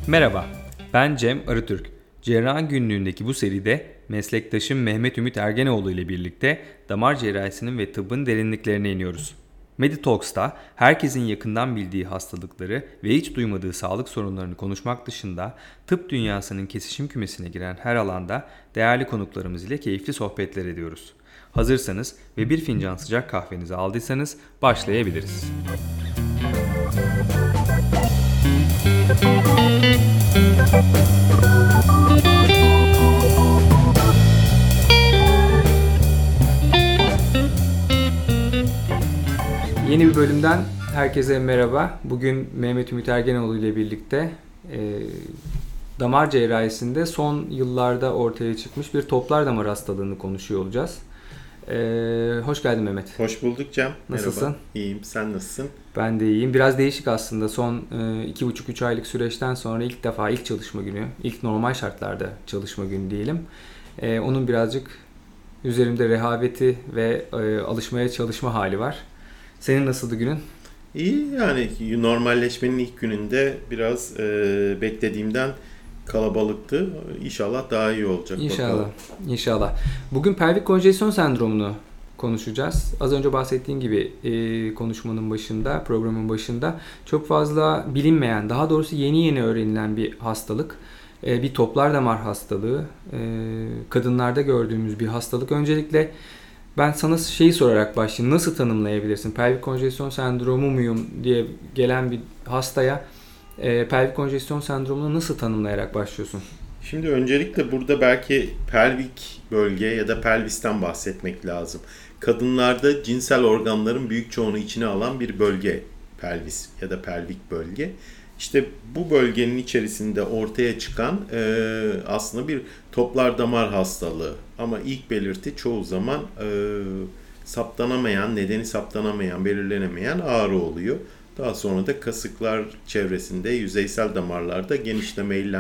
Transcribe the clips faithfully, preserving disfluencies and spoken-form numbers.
Merhaba, ben Cem Arıtürk. Cerrahın Günlüğü'ndeki bu seride meslektaşım Mehmet Ümit Ergenoğlu ile birlikte damar cerrahisinin ve tıbbın derinliklerine iniyoruz. Meditalks'ta herkesin yakından bildiği hastalıkları ve hiç duymadığı sağlık sorunlarını konuşmak dışında tıp dünyasının kesişim kümesine giren her alanda değerli konuklarımız ile keyifli sohbetler ediyoruz. Hazırsanız ve bir fincan sıcak kahvenizi aldıysanız başlayabiliriz. Yeni bir bölümden herkese merhaba. Bugün Mehmet Ümit Ergenoğlu ile birlikte e, damar cerrahisinde son yıllarda ortaya çıkmış bir toplar damar hastalığını konuşuyor olacağız. E, hoş geldin Mehmet. Hoş bulduk Cem. Nasılsın? Merhaba. İyiyim. Sen nasılsın? Ben de iyiyim. Biraz değişik aslında. Son iki buçuk üç aylık süreçten sonra ilk defa ilk çalışma günü, ilk normal şartlarda çalışma günü diyelim. E, onun birazcık üzerimde rehaveti ve e, alışmaya çalışma hali var. Senin nasıldı günün? İyi yani normalleşmenin ilk gününde biraz e, beklediğimden kalabalıktı. İnşallah daha iyi olacak. İnşallah. Bakalım. İnşallah. Bugün pelvik konjesyon sendromunu konuşacağız. Az önce bahsettiğim gibi e, konuşmanın başında, programın başında çok fazla bilinmeyen, daha doğrusu yeni yeni öğrenilen bir hastalık. E, bir toplar damar hastalığı. E, kadınlarda gördüğümüz bir hastalık. Öncelikle ben sana şeyi sorarak başlayayım. Nasıl tanımlayabilirsin? Pelvik konjesyon sendromu muyum diye gelen bir hastaya e, pelvik konjesyon sendromunu nasıl tanımlayarak başlıyorsun? Şimdi öncelikle burada belki pelvik bölge ya da pelvisten bahsetmek lazım. Kadınlarda cinsel organların büyük çoğunu içine alan bir bölge pelvis ya da pelvik bölge. İşte bu bölgenin içerisinde ortaya çıkan e, aslında bir toplar damar hastalığı. Ama ilk belirti çoğu zaman e, saptanamayan, nedeni saptanamayan, belirlenemeyen ağrı oluyor. Daha sonra da kasıklar çevresinde yüzeysel damarlarda genişlemeyle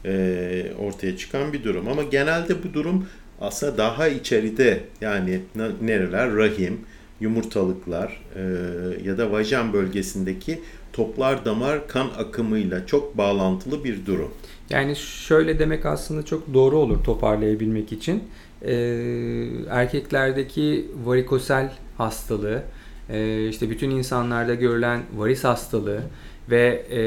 e, ortaya çıkan bir durum. Ama genelde bu durum aslında daha içeride, yani nereler? Rahim, yumurtalıklar e, ya da vajen bölgesindeki toplar damar kan akımıyla çok bağlantılı bir durum. Yani şöyle demek aslında çok doğru olur toparlayabilmek için. Ee, erkeklerdeki varikosel hastalığı, e, işte bütün insanlarda görülen varis hastalığı ve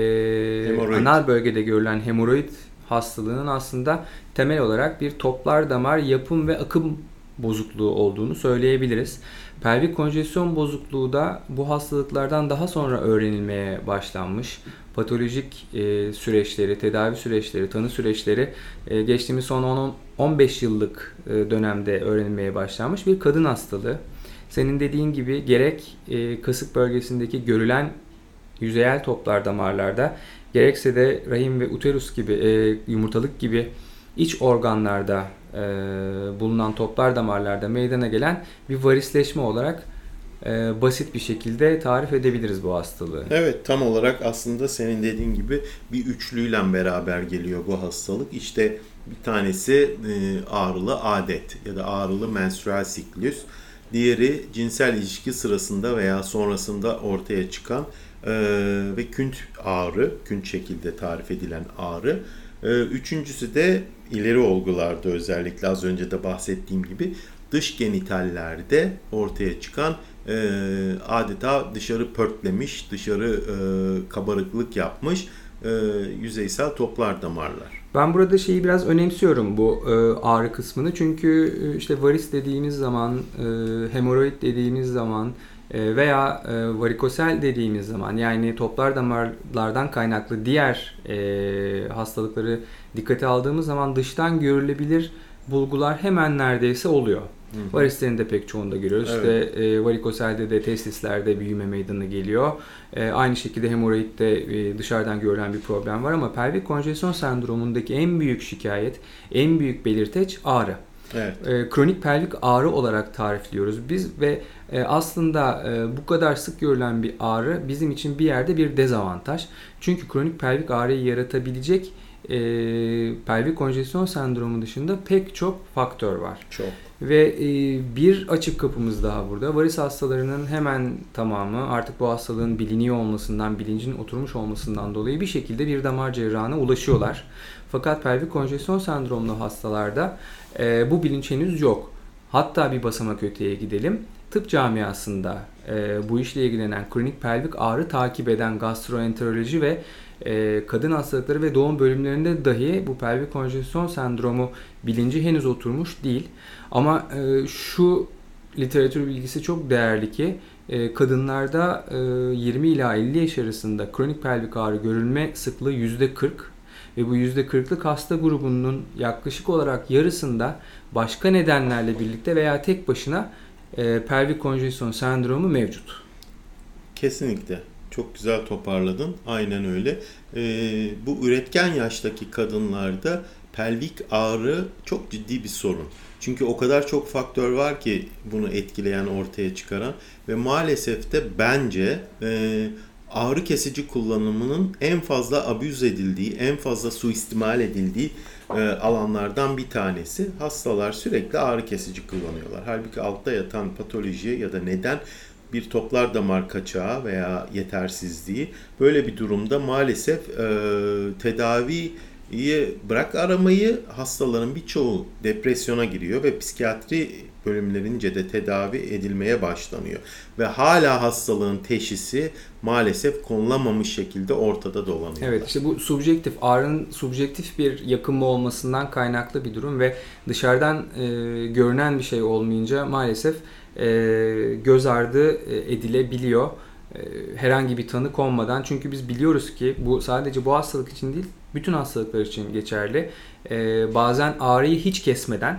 e, anal bölgede görülen hemoroid hastalığının aslında temel olarak bir toplar damar yapım ve akım bozukluğu olduğunu söyleyebiliriz. Pelvik konjesyon bozukluğu da bu hastalıklardan daha sonra öğrenilmeye başlanmış. Patolojik e, süreçleri, tedavi süreçleri, tanı süreçleri e, geçtiğimiz son on on beş yıllık e, dönemde öğrenilmeye başlanmış bir kadın hastalığı. Senin dediğin gibi gerek e, kasık bölgesindeki görülen yüzeyel toplar damarlarda, gerekse de rahim ve uterus gibi, e, yumurtalık gibi iç organlarda e, bulunan toplar damarlarda meydana gelen bir varisleşme olarak e, basit bir şekilde tarif edebiliriz bu hastalığı. Evet, tam olarak aslında senin dediğin gibi bir üçlüyle beraber geliyor bu hastalık. İşte bir tanesi e, ağrılı adet ya da ağrılı menstrüel siklüs. Diğeri cinsel ilişki sırasında veya sonrasında ortaya çıkan e, ve künt ağrı, künt şekilde tarif edilen ağrı. Üçüncüsü de ileri olgularda, özellikle az önce de bahsettiğim gibi dış genitallerde ortaya çıkan e, adeta dışarı pörtlemiş, dışarı e, kabarıklık yapmış e, yüzeysel toplar damarlar. Ben burada şeyi biraz önemsiyorum, bu e, ağrı kısmını. Çünkü e, işte varis dediğimiz zaman, e, hemoroid dediğimiz zaman e, veya e, varikosel dediğimiz zaman, yani toplar damarlardan kaynaklı diğer e, hastalıkları dikkate aldığımız zaman dıştan görülebilir bulgular hemen neredeyse oluyor. Hı hı. Varislerin de pek çoğunda görüyoruz. Evet. İşte e, varikoselde de testislerde büyüme meydana geliyor. E, aynı şekilde hemoroidde e, dışarıdan görülen bir problem var ama pelvik konjesyon sendromundaki en büyük şikayet, en büyük belirteç ağrı. Evet. E, kronik pelvik ağrı olarak tarifliyoruz biz ve e, aslında e, bu kadar sık görülen bir ağrı bizim için bir yerde bir dezavantaj. Çünkü kronik pelvik ağrıyı yaratabilecek e, pelvik konjesyon sendromu dışında pek çok faktör var. Çok. Ve e, bir açık kapımız daha burada. Varis hastalarının hemen tamamı artık bu hastalığın biliniyor olmasından, bilincin oturmuş olmasından dolayı bir şekilde bir damar cerrahına ulaşıyorlar. Fakat pelvik konjesyon sendromlu hastalarda e, bu bilinç henüz yok. Hatta bir basamak öteye gidelim. Tıp camiasında e, bu işle ilgilenen, kronik pelvik ağrı takip eden gastroenteroloji ve e, kadın hastalıkları ve doğum bölümlerinde dahi bu pelvik konjesyon sendromu bilinci henüz oturmuş değil. Ama e, şu literatür bilgisi çok değerli ki e, kadınlarda e, yirmi ila elli yaş arasında kronik pelvik ağrı görülme sıklığı yüzde kırk ve bu yüzde kırklık hasta grubunun yaklaşık olarak yarısında başka nedenlerle birlikte veya tek başına e, pelvik konjesyon sendromu mevcut. Kesinlikle. Çok güzel toparladın. Aynen öyle. Ee, bu üretken yaştaki kadınlarda pelvik ağrı çok ciddi bir sorun. Çünkü o kadar çok faktör var ki bunu etkileyen, ortaya çıkaran ve maalesef de bence e, ağrı kesici kullanımının en fazla abüz edildiği, en fazla suistimal edildiği e, alanlardan bir tanesi. Hastalar sürekli ağrı kesici kullanıyorlar. Halbuki altta yatan patoloji ya da neden bir toplar damar kaçağı veya yetersizliği. Böyle bir durumda maalesef e, tedaviyi bırak aramayı, hastaların birçoğu depresyona giriyor ve psikiyatri bölümlerince de tedavi edilmeye başlanıyor. Ve hala hastalığın teşhisi maalesef konulamamış şekilde ortada dolanıyor. Evet, işte bu subjektif, ağrının subjektif bir yakınma olmasından kaynaklı bir durum ve dışarıdan e, görünen bir şey olmayınca maalesef e, göz ardı edilebiliyor. E, herhangi bir tanı konmadan. Çünkü biz biliyoruz ki bu sadece bu hastalık için değil, bütün hastalıklar için geçerli. E, bazen ağrıyı hiç kesmeden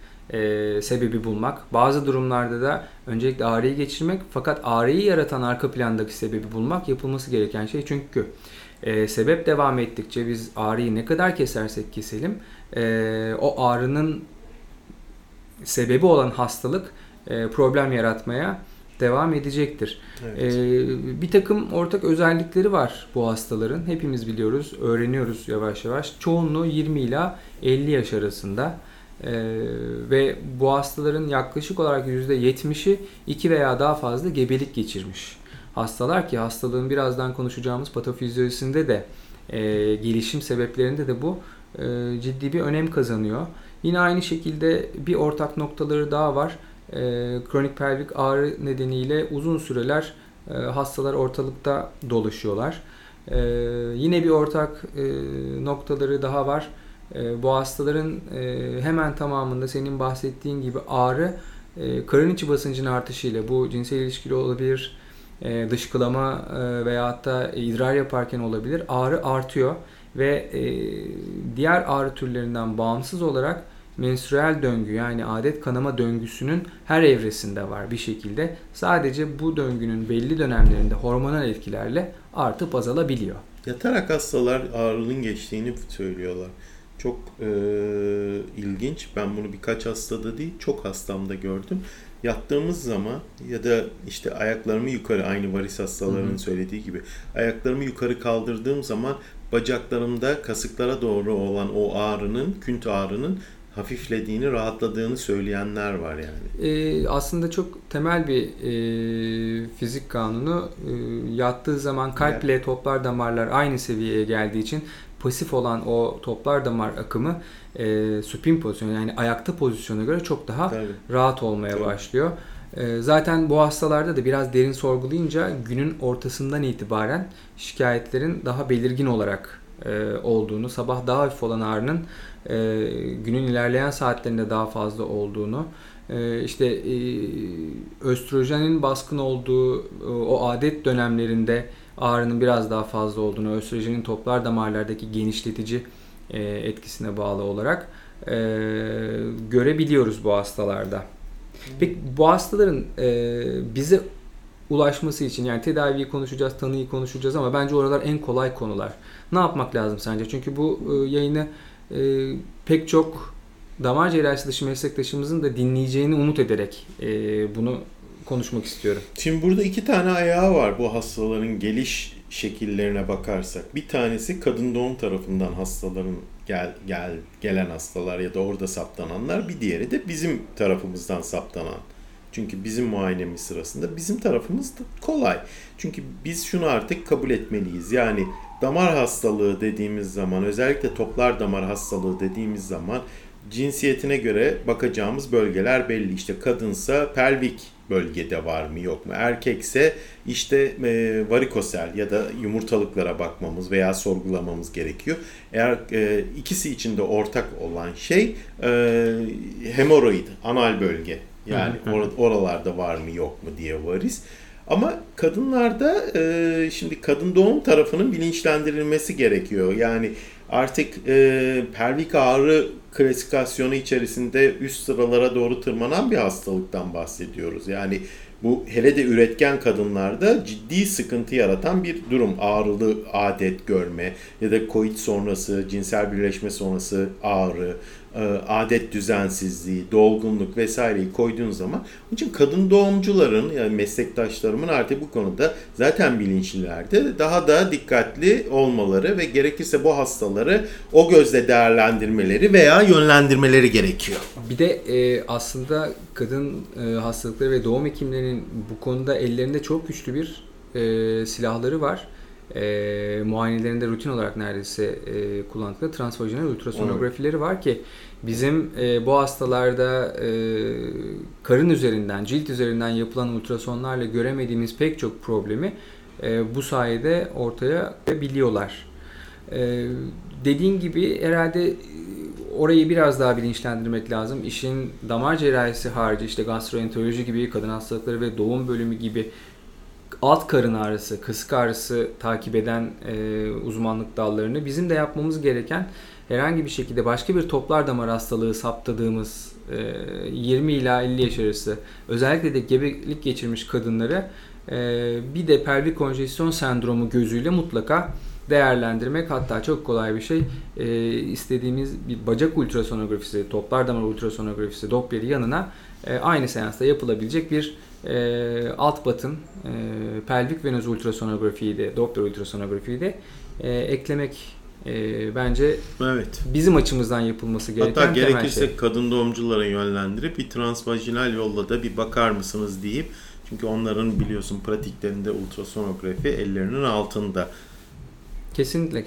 e, sebebi bulmak, bazı durumlarda da öncelikle ağrıyı geçirmek, fakat ağrıyı yaratan arka plandaki sebebi bulmak yapılması gereken şey. Çünkü e, sebep devam ettikçe biz ağrıyı ne kadar kesersek keselim, e, o ağrının sebebi olan hastalık e, problem yaratmaya devam edecektir. Evet. Ee, bir takım ortak özellikleri var bu hastaların. Hepimiz biliyoruz, öğreniyoruz yavaş yavaş. Çoğunluğu yirmi ila elli yaş arasında. Ee, ve bu hastaların yaklaşık olarak yüzde yetmişi iki veya daha fazla gebelik geçirmiş hastalar ki hastalığın birazdan konuşacağımız patofizyolojisinde de e, gelişim sebeplerinde de bu e, ciddi bir önem kazanıyor. Yine aynı şekilde bir ortak noktaları daha var. E, kronik pelvik ağrı nedeniyle uzun süreler e, hastalar ortalıkta dolaşıyorlar. E, yine bir ortak e, noktaları daha var. E, bu hastaların e, hemen tamamında senin bahsettiğin gibi ağrı e, karın içi basıncın artışıyla, bu cinsel ilişkili olabilir, e, dışkılama e, veya hatta idrar yaparken olabilir, ağrı artıyor ve e, diğer ağrı türlerinden bağımsız olarak menstrüel döngü, yani adet kanama döngüsünün her evresinde var bir şekilde. Sadece bu döngünün belli dönemlerinde hormonal etkilerle artıp azalabiliyor. Yatarak hastalar ağrının geçtiğini söylüyorlar. Çok e, ilginç. Ben bunu birkaç hastada değil, çok hastamda gördüm. Yattığımız zaman ya da işte ayaklarımı yukarı, aynı varis hastalarının Hı-hı. söylediği gibi, ayaklarımı yukarı kaldırdığım zaman bacaklarımda kasıklara doğru olan o ağrının, künt ağrının hafiflediğini, rahatladığını söyleyenler var yani. Ee, aslında çok temel bir e, fizik kanunu. E, yattığı zaman kalple evet. toplar damarlar aynı seviyeye geldiği için pasif olan o toplar damar akımı e, supin pozisyonu, yani ayakta pozisyona göre çok daha Tabii. rahat olmaya Tabii. başlıyor. E, zaten bu hastalarda da biraz derin sorgulayınca günün ortasından itibaren şikayetlerin daha belirgin olarak e, olduğunu, sabah daha hafif olan ağrının e, günün ilerleyen saatlerinde daha fazla olduğunu, e, işte e, östrojenin baskın olduğu e, o adet dönemlerinde ağrının biraz daha fazla olduğunu, östrojenin toplar damarlardaki genişletici e, etkisine bağlı olarak e, görebiliyoruz bu hastalarda. Peki bu hastaların e, bize ulaşması için, yani tedaviyi konuşacağız, tanıyı konuşacağız ama bence oralar en kolay konular. Ne yapmak lazım sence? Çünkü bu e, yayını e, pek çok damar cerrahisi dışı meslektaşımızın da dinleyeceğini umut ederek e, bunu konuşmak istiyorum. Şimdi burada iki tane ayağı var bu hastaların geliş şekillerine bakarsak, bir tanesi kadın doğum tarafından hastaların gel, gel gelen hastalar ya da orada saptananlar, bir diğeri de bizim tarafımızdan saptanan. Çünkü bizim muayenemiz sırasında bizim tarafımız da kolay. Çünkü biz şunu artık kabul etmeliyiz. Yani damar hastalığı dediğimiz zaman, özellikle toplar damar hastalığı dediğimiz zaman cinsiyetine göre bakacağımız bölgeler belli. İşte kadınsa pelvik bölgede var mı yok mu? Erkekse işte e, varikosel ya da yumurtalıklara bakmamız veya sorgulamamız gerekiyor. Eğer e, ikisi içinde ortak olan şey e, hemoroid, anal bölge. Yani or- oralarda var mı yok mu diye varis. Ama kadınlarda e, şimdi kadın doğum tarafının bilinçlendirilmesi gerekiyor. Yani artık e, pelvik ağrı klasifikasyonu içerisinde üst sıralara doğru tırmanan bir hastalıktan bahsediyoruz. Yani bu hele de üretken kadınlarda ciddi sıkıntı yaratan bir durum. Ağrılı adet görme ya da koit sonrası, cinsel birleşme sonrası ağrı, adet düzensizliği, dolgunluk vesaireyi koyduğun zaman, onun için kadın doğumcuların, yani meslektaşlarımın artık bu konuda zaten bilinçlilerdi. Daha da dikkatli olmaları ve gerekirse bu hastaları o gözle değerlendirmeleri veya yönlendirmeleri gerekiyor. Bir de e, aslında kadın e, hastalıkları ve doğum hekimlerinin bu konuda ellerinde çok güçlü bir e, silahları var. E, muayenelerinde rutin olarak neredeyse e, kullandıkları transvajinal ultrasonografileri evet. var ki bizim e, bu hastalarda e, karın üzerinden, cilt üzerinden yapılan ultrasonlarla göremediğimiz pek çok problemi e, bu sayede ortaya biliyorlar. E, dediğin gibi herhalde orayı biraz daha bilinçlendirmek lazım. İşin damar cerrahisi harici işte gastroenteroloji gibi, kadın hastalıkları ve doğum bölümü gibi alt karın ağrısı, kısık ağrısı takip eden e, uzmanlık dallarını bizim de yapmamız gereken, herhangi bir şekilde başka bir toplar damar hastalığı saptadığımız e, yirmi ila elli yaş arası, özellikle de gebelik geçirmiş kadınları e, bir de pelvik konjesyon sendromu gözüyle mutlaka değerlendirmek, hatta çok kolay bir şey e, istediğimiz bir bacak ultrasonografisi, toplar damar ultrasonografisi, Doppler'i yanına e, aynı seansta yapılabilecek bir e, alt batın e, pelvik venöz ultrasonografiyi de, Doppler ultrasonografiyi de e, eklemek e, bence evet. bizim açımızdan yapılması gereken hatta temel gerekirse şey. Kadın doğumculara yönlendirip bir transvajinal yolla da bir bakar mısınız deyip, çünkü onların biliyorsun pratiklerinde ultrasonografi ellerinin altında. Kesinlikle.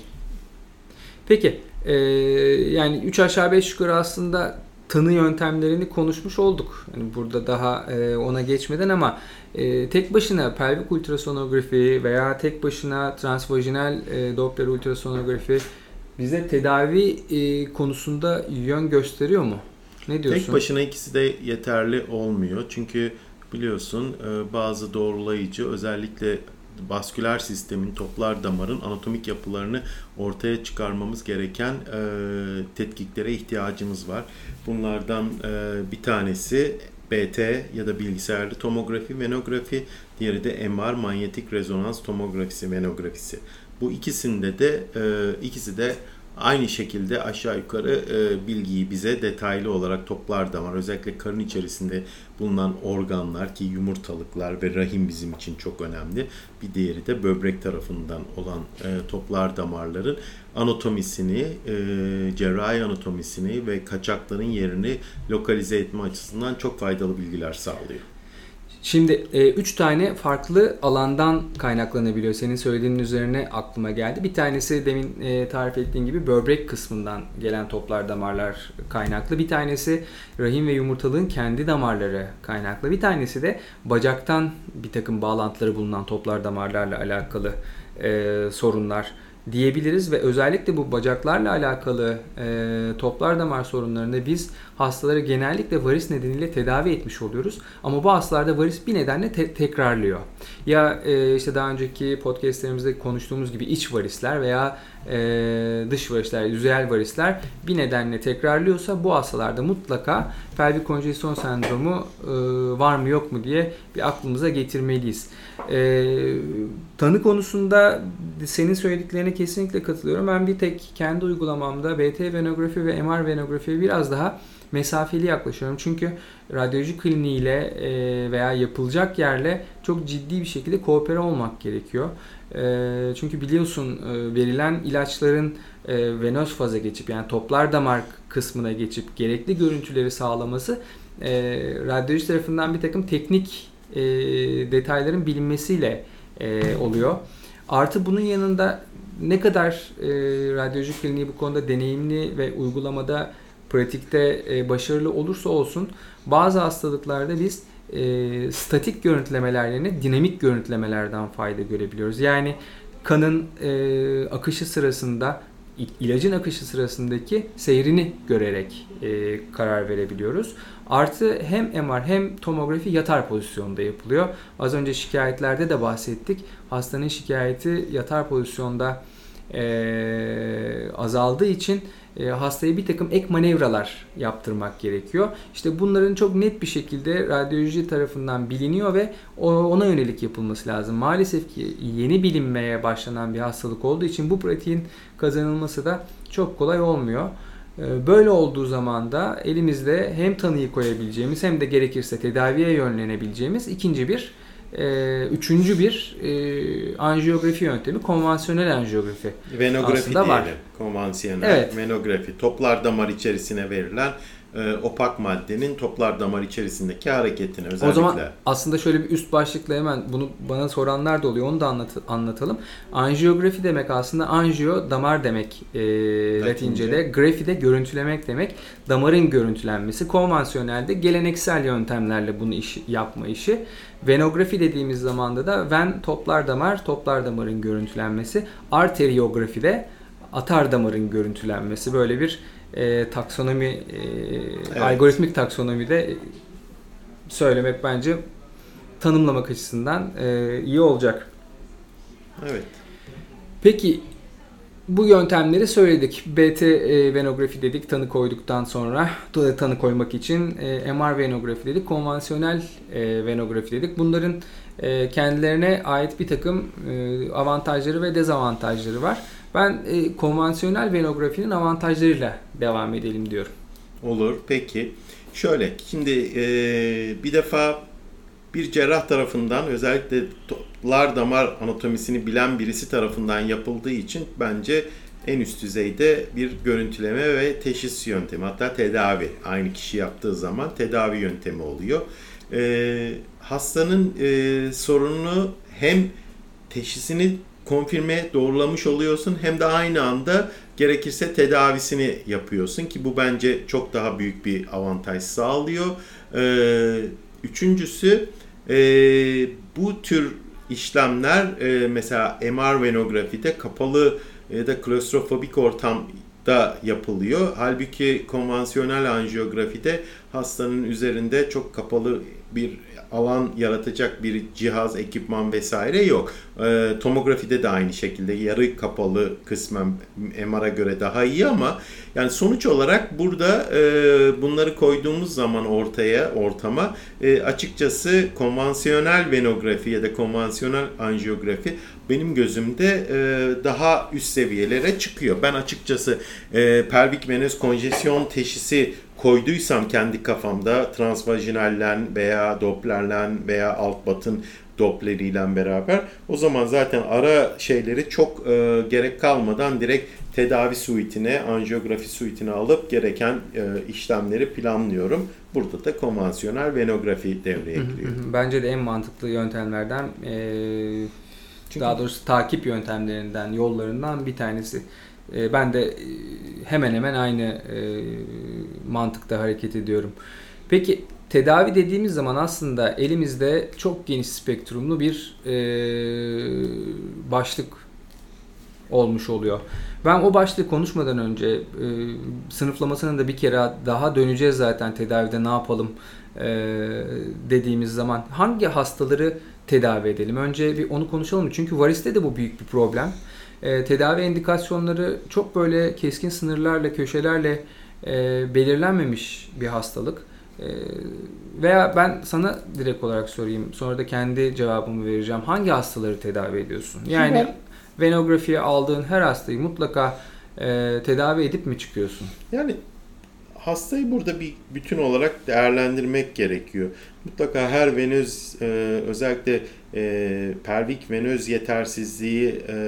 Peki, e, yani üç aşağı beş yukarı aslında tanı yöntemlerini konuşmuş olduk. Yani burada daha e, ona geçmeden ama e, tek başına pelvik ultrasonografi veya tek başına transvajinal e, Doppler ultrasonografi bize tedavi e, konusunda yön gösteriyor mu? Ne diyorsun? Tek başına ikisi de yeterli olmuyor. Çünkü biliyorsun e, bazı doğrulayıcı, özellikle vasküler sistemin, toplar damarın anatomik yapılarını ortaya çıkarmamız gereken e, tetkiklere ihtiyacımız var. Bunlardan e, bir tanesi B T ya da bilgisayarlı tomografi, venografi, diğeri de M R, manyetik rezonans tomografisi, venografisi. Bu ikisinde de e, ikisi de aynı şekilde aşağı yukarı e, bilgiyi bize detaylı olarak toplar damar, özellikle karın içerisinde bulunan organlar ki yumurtalıklar ve rahim bizim için çok önemli. Bir diğeri de böbrek tarafından olan e, toplar damarların anatomisini, e, cerrahi anatomisini ve kaçakların yerini lokalize etme açısından çok faydalı bilgiler sağlıyor. Şimdi üç e, tane farklı alandan kaynaklanabiliyor. Senin söylediğinin üzerine aklıma geldi. Bir tanesi demin e, tarif ettiğin gibi böbrek kısmından gelen toplar damarlar kaynaklı. Bir tanesi rahim ve yumurtalığın kendi damarları kaynaklı. Bir tanesi de bacaktan bir takım bağlantıları bulunan toplar damarlarla alakalı e, sorunlar diyebiliriz ve özellikle bu bacaklarla alakalı e, toplar damar sorunlarında biz hastaları genellikle varis nedeniyle tedavi etmiş oluyoruz. Ama bu hastalarda varis bir nedenle te- tekrarlıyor. Ya e, işte daha önceki podcastlerimizde konuştuğumuz gibi iç varisler veya e, dış varisler, yüzeyel varisler bir nedenle tekrarlıyorsa bu hastalarda mutlaka pelvik konjesyon sendromu e, var mı yok mu diye bir aklımıza getirmeliyiz. E, tanı konusunda senin söylediklerine kesinlikle katılıyorum. Ben bir tek kendi uygulamamda B T venografi ve M R venografiye biraz daha mesafeli yaklaşıyorum. Çünkü radyoloji kliniğiyle veya yapılacak yerle çok ciddi bir şekilde koopere olmak gerekiyor. E, çünkü biliyorsun e, verilen ilaçların e, venöz faza geçip yani toplar damar kısmına geçip gerekli görüntüleri sağlaması e, radyoloji tarafından bir takım teknik e, detayların bilinmesiyle e, oluyor. Artı bunun yanında ne kadar e, radyoloji kliniği bu konuda deneyimli ve uygulamada pratikte e, başarılı olursa olsun bazı hastalıklarda biz e, statik görüntülemeler yerine dinamik görüntülemelerden fayda görebiliyoruz. Yani kanın e, akışı sırasında ilacın akışı sırasındaki seyrini görerek e, karar verebiliyoruz. Artı hem M R hem tomografi yatar pozisyonda yapılıyor. Az önce şikayetlerde de bahsettik. Hastanın şikayeti yatar pozisyonda e, azaldığı için e, hastaya bir takım ek manevralar yaptırmak gerekiyor. İşte bunların çok net bir şekilde radyoloji tarafından biliniyor ve ona yönelik yapılması lazım. Maalesef ki yeni bilinmeye başlanan bir hastalık olduğu için bu pratiğin kazanılması da çok kolay olmuyor. Böyle olduğu zaman da elimizde hem tanıyı koyabileceğimiz hem de gerekirse tedaviye yönlenebileceğimiz ikinci bir, e, üçüncü bir e, anjiyografi yöntemi, konvansiyonel anjiyografi. Venografi aslında diyelim. var. Konvansiyonel evet. venografi. Toplar damar içerisine verilen e, opak maddenin toplar damar içerisindeki hareketini özellikle. O zaman aslında şöyle bir üst başlıkla hemen bunu bana soranlar da oluyor. Onu da anlat, anlatalım. Anjiyografi demek aslında anjiyo damar demek e, Latince'de. Grafi de görüntülemek demek. Damarın görüntülenmesi. Konvansiyonelde geleneksel yöntemlerle bunu iş, yapma işi. Venografi dediğimiz zamanda da ven toplar damar, toplar damarın görüntülenmesi. Arteriografi de atar damarın görüntülenmesi. Böyle bir E, taksonomi, e, evet. algoritmik taksonomide söylemek bence tanımlamak açısından e, iyi olacak. Evet. Peki bu yöntemleri söyledik. B T e, venografi dedik tanı koyduktan sonra, tanı koymak için e, M R venografi dedik, konvansiyonel e, venografi dedik. Bunların e, kendilerine ait bir takım e, avantajları ve dezavantajları var. Ben e, konvansiyonel venografinin avantajlarıyla devam edelim diyorum. Olur. Peki. Şöyle, şimdi e, bir defa bir cerrah tarafından özellikle toplar damar anatomisini bilen birisi tarafından yapıldığı için bence en üst düzeyde bir görüntüleme ve teşhis yöntemi, hatta tedavi. Aynı kişi yaptığı zaman tedavi yöntemi oluyor. E, hastanın e, sorununu hem teşhisini konfirme doğrulamış oluyorsun hem de aynı anda gerekirse tedavisini yapıyorsun ki bu bence çok daha büyük bir avantaj sağlıyor. Ee, üçüncüsü e, bu tür işlemler e, mesela M R venografide kapalı ya da klostrofobik ortamda yapılıyor. Halbuki konvansiyonel anjiyografide hastanın üzerinde çok kapalı bir alan yaratacak bir cihaz, ekipman vesaire yok. E, tomografide de aynı şekilde yarı kapalı kısmen M R'a göre daha iyi ama yani sonuç olarak burada e, bunları koyduğumuz zaman ortaya, ortama e, açıkçası konvansiyonel venografi ya da konvansiyonel anjiyografi benim gözümde e, daha üst seviyelere çıkıyor. Ben açıkçası e, pelvik venöz konjesyon teşhisi koyduysam kendi kafamda transvajinallen veya dopplerlen veya alt batın doppleriyle beraber o zaman zaten ara şeyleri çok e, gerek kalmadan direkt tedavi suitine, anjiyografi suitine alıp gereken e, işlemleri planlıyorum. Burada da konvansiyonel venografi devreye giriyor. Bence de en mantıklı yöntemlerden e, Çünkü daha doğrusu takip yöntemlerinden, yollarından bir tanesi. E, ben de hemen hemen aynı e, mantıkta hareket ediyorum. Peki tedavi dediğimiz zaman aslında elimizde çok geniş spektrumlu bir e, başlık olmuş oluyor. Ben o başlığı konuşmadan önce e, sınıflamasına da bir kere daha döneceğiz zaten tedavide ne yapalım e, dediğimiz zaman. Hangi hastaları tedavi edelim? Önce bir onu konuşalım. Çünkü variste de bu büyük bir problem. E, tedavi indikasyonları çok böyle keskin sınırlarla, köşelerle e, belirlenmemiş bir hastalık. E, veya ben sana direkt olarak sorayım. Sonra da kendi cevabımı vereceğim. Hangi hastaları tedavi ediyorsun? Yani Şimdi, venografiye aldığın her hastayı mutlaka e, tedavi edip mi çıkıyorsun? Yani hastayı burada bir bütün olarak değerlendirmek gerekiyor. Mutlaka her venöz, e, özellikle e, pelvik venöz yetersizliği e,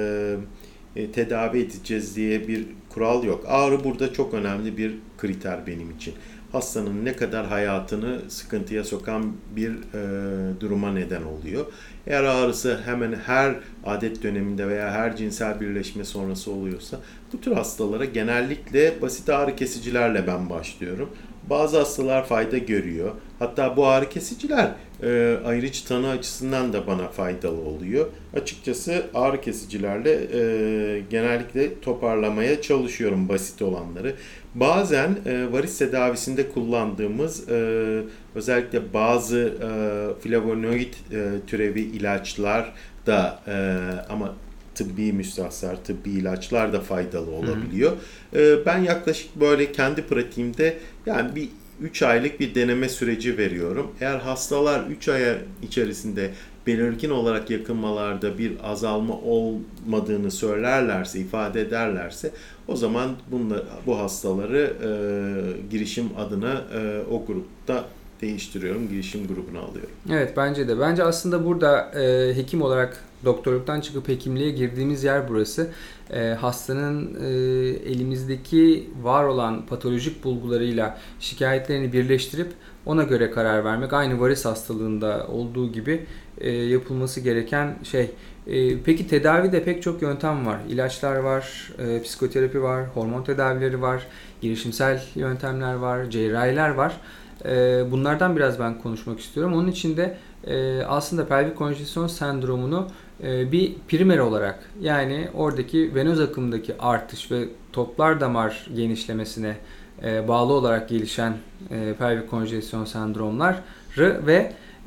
e, tedavi edeceğiz diye bir kural yok. Ağrı burada çok önemli bir kriter benim için. Hastanın ne kadar hayatını sıkıntıya sokan bir e, duruma neden oluyor. Eğer ağrısı hemen her adet döneminde veya her cinsel birleşme sonrası oluyorsa bu tür hastalara genellikle basit ağrı kesicilerle ben başlıyorum. Bazı hastalar fayda görüyor. Hatta bu ağrı kesiciler e, ayrıcı tanı açısından da bana faydalı oluyor. Açıkçası ağrı kesicilerle e, genellikle toparlamaya çalışıyorum basit olanları. Bazen e, varis tedavisinde kullandığımız e, özellikle bazı e, flavonoid e, türevi ilaçlar da e, ama tıbbi müstahsar, tıbbi ilaçlar da faydalı olabiliyor. E, ben yaklaşık böyle kendi pratiğimde yani bir üç aylık bir deneme süreci veriyorum. Eğer hastalar üç ay içerisinde belirgin olarak yakınmalarda bir azalma olmadığını söylerlerse, ifade ederlerse o zaman bunla, bu hastaları e, girişim adına e, o grupta değiştiriyorum, girişim grubuna alıyorum. Evet, bence de. Bence aslında burada e, hekim olarak doktorluktan çıkıp hekimliğe girdiğimiz yer burası. E, hastanın e, elimizdeki var olan patolojik bulgularıyla şikayetlerini birleştirip ona göre karar vermek. Aynı varis hastalığında olduğu gibi e, yapılması gereken şey. E, peki tedavide pek çok yöntem var. İlaçlar var, e, psikoterapi var, hormon tedavileri var, girişimsel yöntemler var, cerrahiler var. Bunlardan biraz ben konuşmak istiyorum. Onun için de aslında pelvik konjesyon sendromunu bir primer olarak, yani oradaki venöz akımdaki artış ve toplar damar genişlemesine bağlı olarak gelişen pelvik konjesyon sendromları ve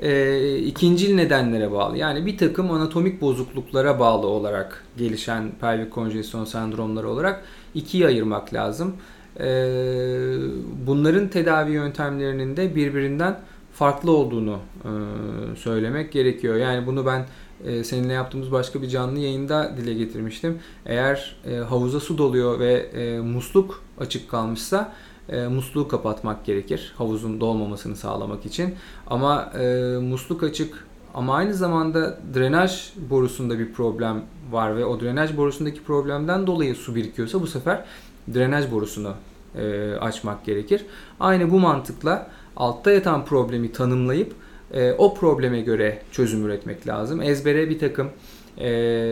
ikincil nedenlere bağlı, yani bir takım anatomik bozukluklara bağlı olarak gelişen pelvik konjesyon sendromları olarak ikiye ayırmak lazım. Bunların tedavi yöntemlerinin de birbirinden farklı olduğunu söylemek gerekiyor. Yani bunu ben seninle yaptığımız başka bir canlı yayında dile getirmiştim. Eğer havuza su doluyor ve musluk açık kalmışsa musluğu kapatmak gerekir, havuzun dolmamasını sağlamak için. Ama musluk açık ama aynı zamanda drenaj borusunda bir problem var ve o drenaj borusundaki problemden dolayı su birikiyorsa bu sefer drenaj borusunu e, açmak gerekir. Aynı bu mantıkla altta yatan problemi tanımlayıp e, o probleme göre çözüm üretmek lazım. Ezbere bir takım e,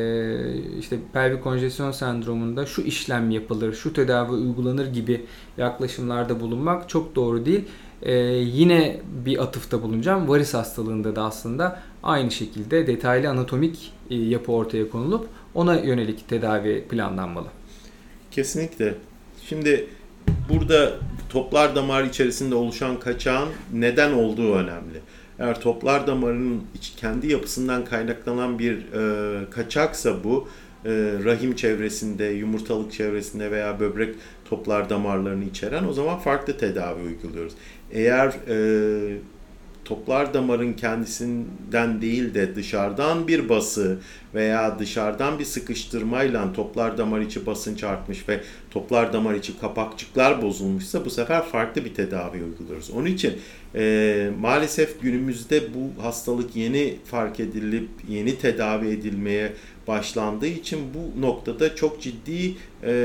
işte pelvik konjesyon sendromunda şu işlem yapılır, şu tedavi uygulanır gibi yaklaşımlarda bulunmak çok doğru değil. E, yine bir atıfta bulunacağım. Varis hastalığında da aslında aynı şekilde detaylı anatomik e, yapı ortaya konulup ona yönelik tedavi planlanmalı. Kesinlikle. Şimdi burada toplar damar içerisinde oluşan kaçağın neden olduğu önemli. Eğer toplar damarının kendi yapısından kaynaklanan bir e, kaçaksa bu e, rahim çevresinde, yumurtalık çevresinde veya böbrek toplar damarlarını içeren, o zaman farklı tedavi uyguluyoruz. Eğer e, toplar damarın kendisinden değil de dışarıdan bir bası veya dışarıdan bir sıkıştırmayla toplar damar içi basınç artmış ve toplar damar içi kapakçıklar bozulmuşsa bu sefer farklı bir tedavi uyguluyoruz. Onun için e, maalesef günümüzde bu hastalık yeni fark edilip yeni tedavi edilmeye başlandığı için bu noktada çok ciddi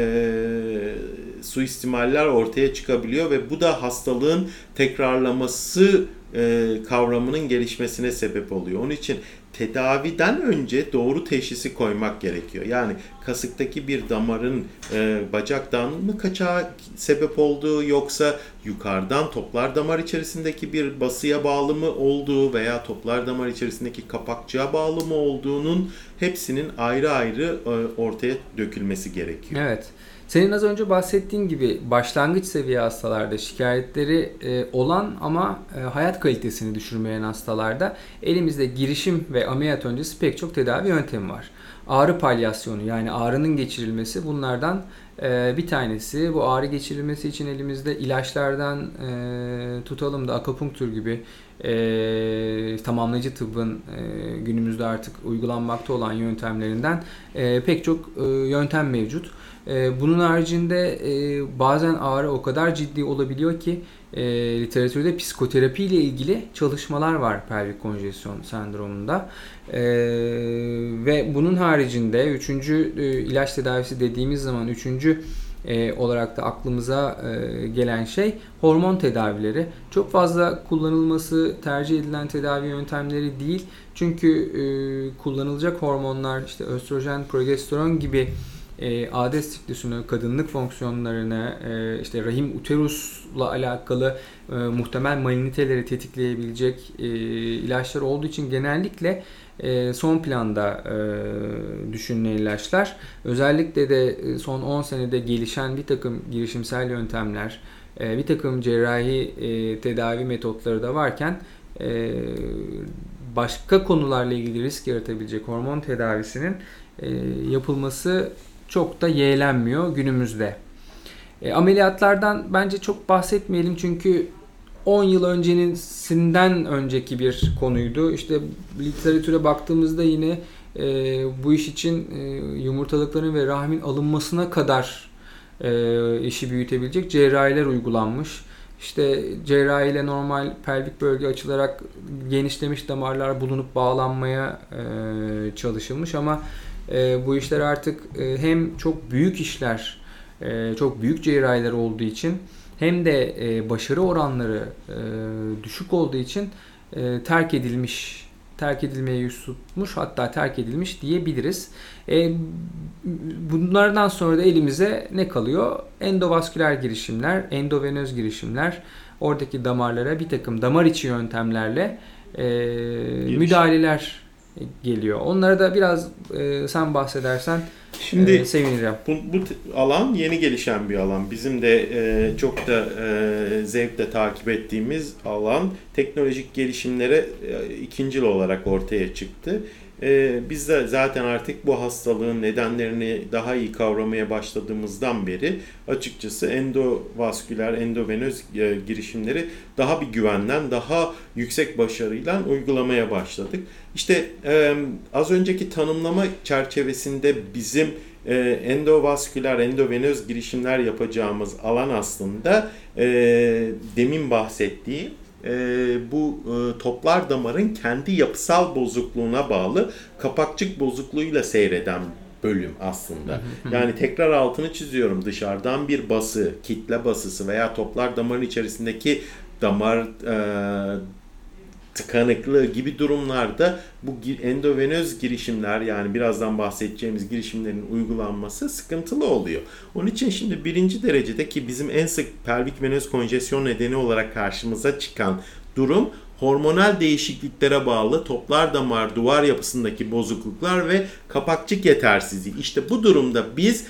e, suistimaller ortaya çıkabiliyor ve bu da hastalığın tekrarlaması e, kavramının gelişmesine sebep oluyor. Onun için tedaviden önce doğru teşhisi koymak gerekiyor. Yani kasıktaki bir damarın e, bacaktan mı kaçağa sebep olduğu, yoksa yukarıdan toplar damar içerisindeki bir basıya bağlı mı olduğu veya toplar damar içerisindeki kapakçığa bağlı mı olduğunun hepsinin ayrı ayrı e, ortaya dökülmesi gerekiyor. Evet. Senin az önce bahsettiğin gibi başlangıç seviye hastalarda şikayetleri e, olan ama e, hayat kalitesini düşürmeyen hastalarda elimizde girişim ve ameliyat öncesi pek çok tedavi yöntemi var. Ağrı palyasyonu, yani ağrının geçirilmesi bunlardan Ee, bir tanesi bu ağrı geçirilmesi için elimizde ilaçlardan e, tutalım da akupunktur gibi e, tamamlayıcı tıbbın e, günümüzde artık uygulanmakta olan yöntemlerinden e, pek çok e, yöntem mevcut. E, bunun haricinde e, bazen ağrı o kadar ciddi olabiliyor ki e, literatürde psikoterapi ile ilgili çalışmalar var pelvik konjesyon sendromunda. E, ve bunun haricinde üçüncü e, ilaç tedavisi dediğimiz zaman üçüncü e, olarak da aklımıza e, gelen şey hormon tedavileri. Çok fazla kullanılması tercih edilen tedavi yöntemleri değil. Çünkü e, kullanılacak hormonlar işte östrojen, progesteron gibi E, adet siklusunu, kadınlık fonksiyonlarını, e, işte rahim uterusla alakalı e, muhtemel maliniteleri tetikleyebilecek e, ilaçlar olduğu için genellikle e, son planda e, düşünülen ilaçlar. Özellikle de son on senede gelişen bir takım girişimsel yöntemler, e, bir takım cerrahi e, tedavi metotları da varken e, başka konularla ilgili risk yaratabilecek hormon tedavisinin e, yapılması çok da yeğlenmiyor günümüzde. E, ameliyatlardan bence çok bahsetmeyelim çünkü on yıl öncesinden önceki bir konuydu. İşte literatüre baktığımızda yine e, bu iş için e, yumurtalıkların ve rahmin alınmasına kadar e, işi büyütebilecek cerrahiler uygulanmış. İşte cerrahiyle normal pelvik bölge açılarak genişlemiş damarlar bulunup bağlanmaya e, çalışılmış ama E, bu işler artık e, hem çok büyük işler, e, çok büyük cerrahiler olduğu için hem de e, başarı oranları e, düşük olduğu için e, terk edilmiş, terk edilmeye yüz tutmuş, hatta terk edilmiş diyebiliriz. E, bunlardan sonra da elimize ne kalıyor? Endovasküler girişimler, endovenöz girişimler, oradaki damarlara bir takım damar içi yöntemlerle e, müdahaleler geliyor. Onlara da biraz e, sen bahsedersen Şimdi e, sevinirim. Bu, bu alan yeni gelişen bir alan. Bizim de e, çok da e, zevkle takip ettiğimiz alan teknolojik gelişimlere e, ikincil olarak ortaya çıktı. E, biz de zaten artık bu hastalığın nedenlerini daha iyi kavramaya başladığımızdan beri açıkçası endovasküler, endovenöz e, girişimleri daha bir güvenden, daha yüksek başarıyla uygulamaya başladık. İşte e, az önceki tanımlama çerçevesinde bizim e, endovasküler, endovenöz girişimler yapacağımız alan aslında e, demin bahsettiğim e, bu e, toplar damarın kendi yapısal bozukluğuna bağlı kapakçık bozukluğuyla seyreden bölüm aslında. Yani tekrar altını çiziyorum, dışarıdan bir bası, kitle basısı veya toplar damarın içerisindeki damar e, tıkanıklığı gibi durumlarda bu endovenöz girişimler, yani birazdan bahsedeceğimiz girişimlerin uygulanması sıkıntılı oluyor. Onun için şimdi birinci derecede ki bizim en sık pelvik venöz konjesyon nedeni olarak karşımıza çıkan durum hormonal değişikliklere bağlı toplar damar duvar yapısındaki bozukluklar ve kapakçık yetersizliği. İşte bu durumda biz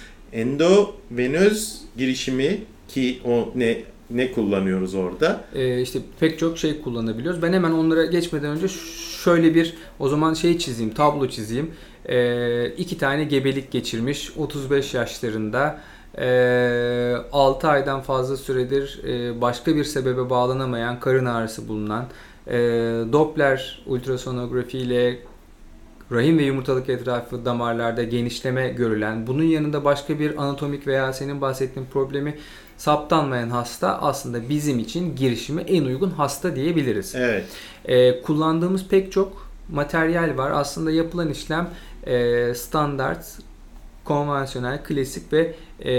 endovenöz girişimi ki o ne Ne kullanıyoruz orada? Ee, işte pek çok şey kullanabiliyoruz. Ben hemen onlara geçmeden önce şöyle bir o zaman şey çizeyim, tablo çizeyim. Ee, iki tane gebelik geçirmiş, otuz beş yaşlarında, e, altı aydan fazla süredir e, başka bir sebebe bağlanamayan karın ağrısı bulunan, e, Doppler ultrasonografi ile rahim ve yumurtalık etrafı damarlarda genişleme görülen, bunun yanında başka bir anatomik veya senin bahsettiğin problemi saptanmayan hasta aslında bizim için girişime en uygun hasta diyebiliriz. Evet. Ee, kullandığımız pek çok materyal var. Aslında yapılan işlem e, standart, konvansiyonel, klasik ve e,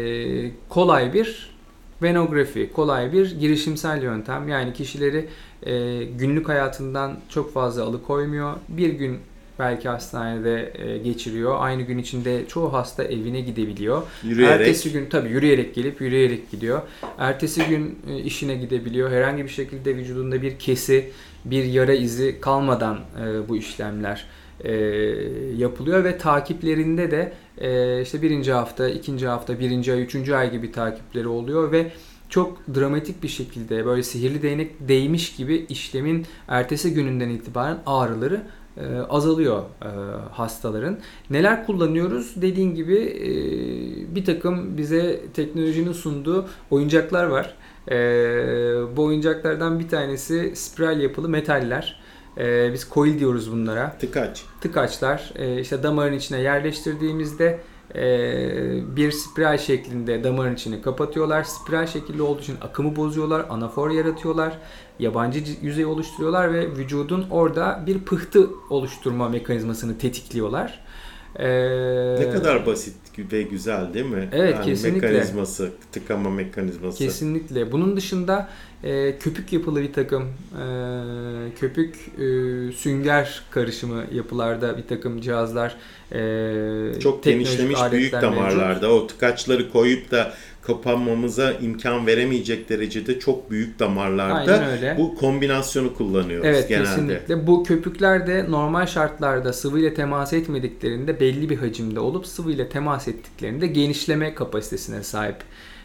kolay bir venografi, kolay bir girişimsel yöntem. Yani kişileri e, günlük hayatından çok fazla alıkoymuyor. Bir gün belki hastanede geçiriyor. Aynı gün içinde çoğu hasta evine gidebiliyor. Yürüyerek. Ertesi gün tabii yürüyerek gelip yürüyerek gidiyor. Ertesi gün işine gidebiliyor. Herhangi bir şekilde vücudunda bir kesi, bir yara izi kalmadan bu işlemler yapılıyor ve takiplerinde de işte birinci hafta, ikinci hafta, birinci ay, üçüncü ay gibi takipleri oluyor ve çok dramatik bir şekilde böyle sihirli değnek değmiş gibi işlemin ertesi gününden itibaren ağrıları e, azalıyor e, hastaların. Neler kullanıyoruz? Dediğin gibi e, bir takım bize teknolojinin sunduğu oyuncaklar var. E, bu oyuncaklardan bir tanesi spiral yapılı metaller. E, biz coil diyoruz bunlara. Tıkaç. Tıkaçlar. E, işte damarın içine yerleştirdiğimizde bir spiral şeklinde damarın içini kapatıyorlar. Spiral şekilde olduğu için akımı bozuyorlar, anafor yaratıyorlar, yabancı yüzey oluşturuyorlar ve vücudun orada bir pıhtı oluşturma mekanizmasını tetikliyorlar. Ee, ne kadar basit ve güzel değil mi? Evet, yani kesinlikle. Mekanizması, tıkama mekanizması. Kesinlikle. Bunun dışında e, köpük yapılı bir takım e, köpük e, sünger karışımı yapılarda bir takım cihazlar, e, çok genişlemiş büyük damarlarda mevcut. O tıkaçları koyup da kapanmamıza imkan veremeyecek derecede çok büyük damarlarda bu kombinasyonu kullanıyoruz evet, genelde. Kesinlikle. Bu köpükler de normal şartlarda sıvıyla temas etmediklerinde belli bir hacimde olup sıvıyla temas ettiklerinde genişleme kapasitesine sahip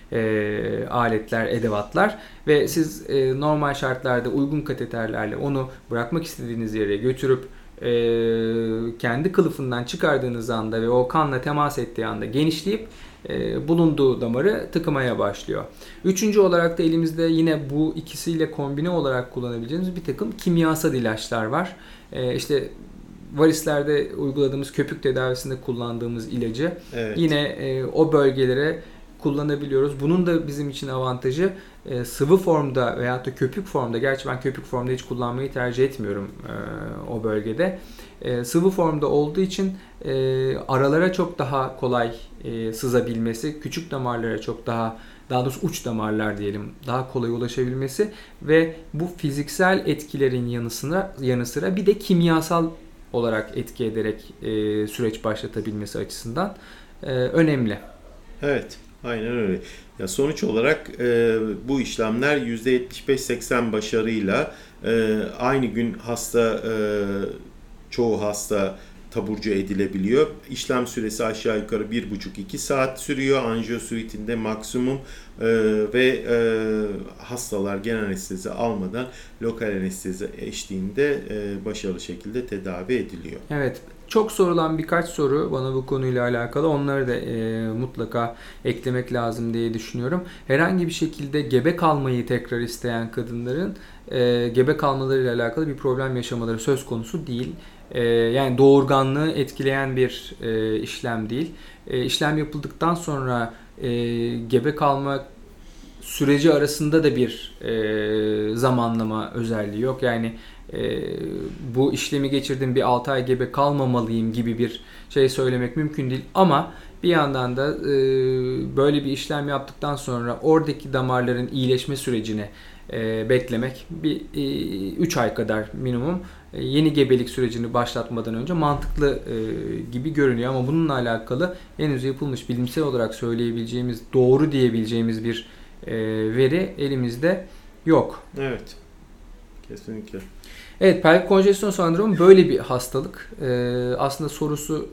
e, aletler, edevatlar ve siz e, normal şartlarda uygun kateterlerle onu bırakmak istediğiniz yere götürüp e, kendi kılıfından çıkardığınız anda ve o kanla temas ettiği anda genişleyip e, bulunduğu damarı tıkamaya başlıyor. Üçüncü olarak da elimizde yine bu ikisiyle kombine olarak kullanabileceğimiz bir takım kimyasal ilaçlar var. E, işte varislerde uyguladığımız köpük tedavisinde kullandığımız ilacı evet. yine e, o bölgelere kullanabiliyoruz. Bunun da bizim için avantajı e, sıvı formda veyahut da köpük formda, gerçi ben köpük formda hiç kullanmayı tercih etmiyorum e, o bölgede. E, sıvı formda olduğu için e, aralara çok daha kolay e, sızabilmesi, küçük damarlara çok daha, daha doğrusu uç damarlar diyelim, daha kolay ulaşabilmesi ve bu fiziksel etkilerin yanı sıra, yanı sıra bir de kimyasal olarak etki ederek e, süreç başlatabilmesi açısından e, önemli. Evet. Aynen öyle. Ya sonuç olarak e, bu işlemler yüzde yetmiş beş seksen başarıyla e, aynı gün hasta e, çoğu hasta taburcu edilebiliyor. İşlem süresi aşağı yukarı bir buçuk iki saat sürüyor. Anjiyosuitinde maksimum e, ve e, hastalar genel anestezi almadan lokal anestezi eşliğinde e, başarılı şekilde tedavi ediliyor. Evet. Çok sorulan birkaç soru bana bu konuyla alakalı. Onları da e, mutlaka eklemek lazım diye düşünüyorum. Herhangi bir şekilde gebe kalmayı tekrar isteyen kadınların e, gebe kalmalarıyla alakalı bir problem yaşamaları söz konusu değil. E, yani doğurganlığı etkileyen bir e, işlem değil. E, işlem yapıldıktan sonra e, gebe kalma süreci arasında da bir e, zamanlama özelliği yok. Yani e, bu işlemi geçirdim, bir altı ay gebe kalmamalıyım gibi bir şey söylemek mümkün değil. Ama bir yandan da e, böyle bir işlem yaptıktan sonra oradaki damarların iyileşme sürecini e, beklemek bir üç ay kadar minimum e, yeni gebelik sürecini başlatmadan önce mantıklı e, gibi görünüyor. Ama bununla alakalı henüz yapılmış, bilimsel olarak söyleyebileceğimiz, doğru diyebileceğimiz bir e, veri elimizde yok. Evet. Kesinlikle. Evet, pelvik konjesyon sendromu böyle bir hastalık. Ee, aslında sorusu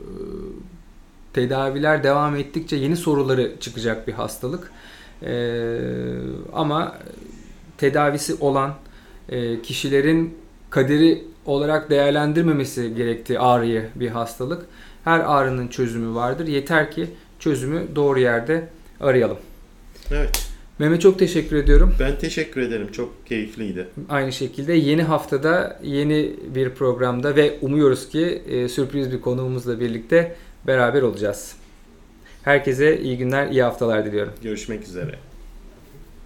e, tedaviler devam ettikçe yeni soruları çıkacak bir hastalık. Ee, ama tedavisi olan e, kişilerin kaderi olarak değerlendirmemesi gerektiği ağrıyı bir hastalık. Her ağrının çözümü vardır. Yeter ki çözümü doğru yerde arayalım. Evet. Mehmet, çok teşekkür ediyorum. Ben teşekkür ederim. Çok keyifliydi. Aynı şekilde yeni haftada yeni bir programda ve umuyoruz ki e, sürpriz bir konuğumuzla birlikte beraber olacağız. Herkese iyi günler, iyi haftalar diliyorum. Görüşmek üzere.